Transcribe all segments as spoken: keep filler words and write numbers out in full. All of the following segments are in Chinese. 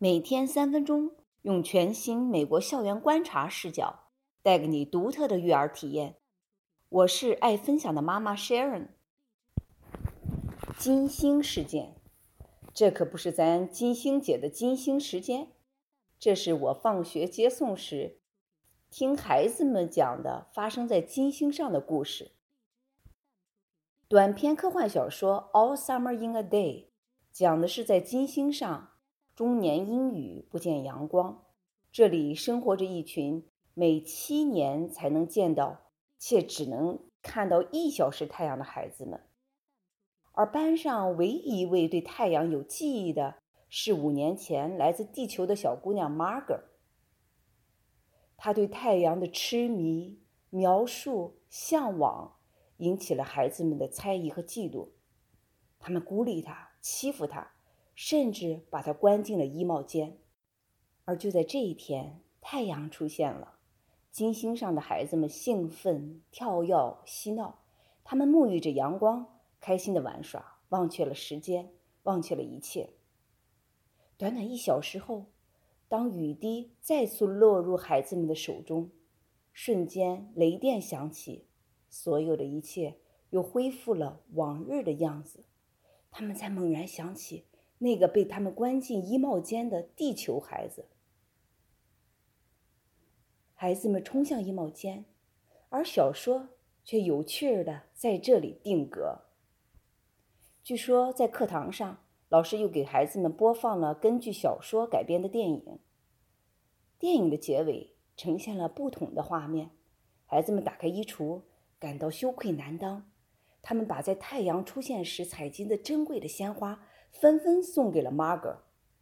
每天三分钟，用全新美国校园观察视角，带给你独特的育儿体验。我是爱分享的妈妈 Sharon。金星事件，这可不是咱金星姐的金星时间，这是我放学接送时听孩子们讲的发生在金星上的故事。短篇科幻小说《All Summer in a Day》讲的是在金星上，终年阴雨不见阳光，这里生活着一群每七年才能见到且只能看到一小时太阳的孩子们。而班上唯一一位对太阳有记忆的是五年前来自地球的小姑娘 Margaret。 她对太阳的痴迷、描述、向往引起了孩子们的猜疑和嫉妒，他们孤立她，欺负她，甚至把她关进了衣帽间。而就在这一天，太阳出现了，金星上的孩子们兴奋、跳跃、嬉闹，他们沐浴着阳光，开心地玩耍，忘却了时间，忘却了一切。短短一小时后，当雨滴再次落入孩子们的手中，瞬间雷电响起，所有的一切又恢复了往日的样子。他们才猛然想起那个被他们关进衣帽间的地球孩子。孩子们冲向衣帽间，而小说却有趣地在这里定格。据说在课堂上，老师又给孩子们播放了根据小说改编的电影。电影的结尾呈现了不同的画面，孩子们打开衣橱，感到羞愧难当。他们把在太阳出现时采集的珍贵的鲜花纷纷送给了 Margaret。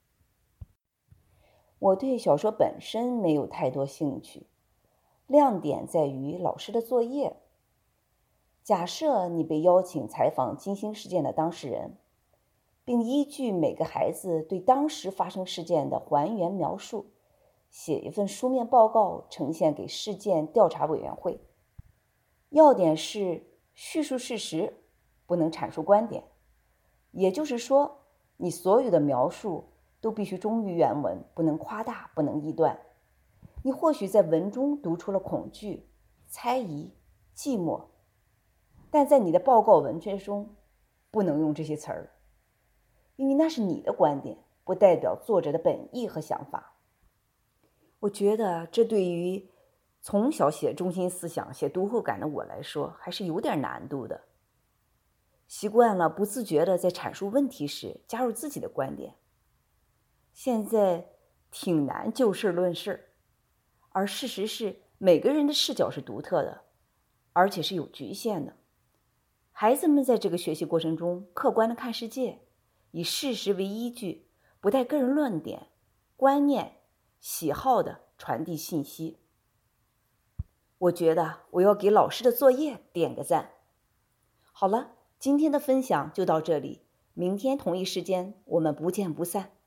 我对小说本身没有太多兴趣，亮点在于老师的作业。假设你被邀请采访金星事件的当事人，并依据每个孩子对当时发生事件的还原描述，写一份书面报告呈现给事件调查委员会。要点是叙述事实，不能阐述观点，也就是说，你所有的描述都必须忠于原文，不能夸大，不能臆断。你或许在文中读出了恐惧、猜疑、寂寞，但在你的报告文卷中不能用这些词儿，因为那是你的观点，不代表作者的本意和想法。我觉得这对于从小写中心思想、写读后感的我来说，还是有点难度的。习惯了不自觉地在阐述问题时加入自己的观点，现在挺难就事论事。而事实是，每个人的视角是独特的，而且是有局限的。孩子们在这个学习过程中客观地看世界，以事实为依据，不带个人论点、观念、喜好的传递信息。我觉得我要给老师的作业点个赞。好了，今天的分享就到这里，明天同一时间我们不见不散。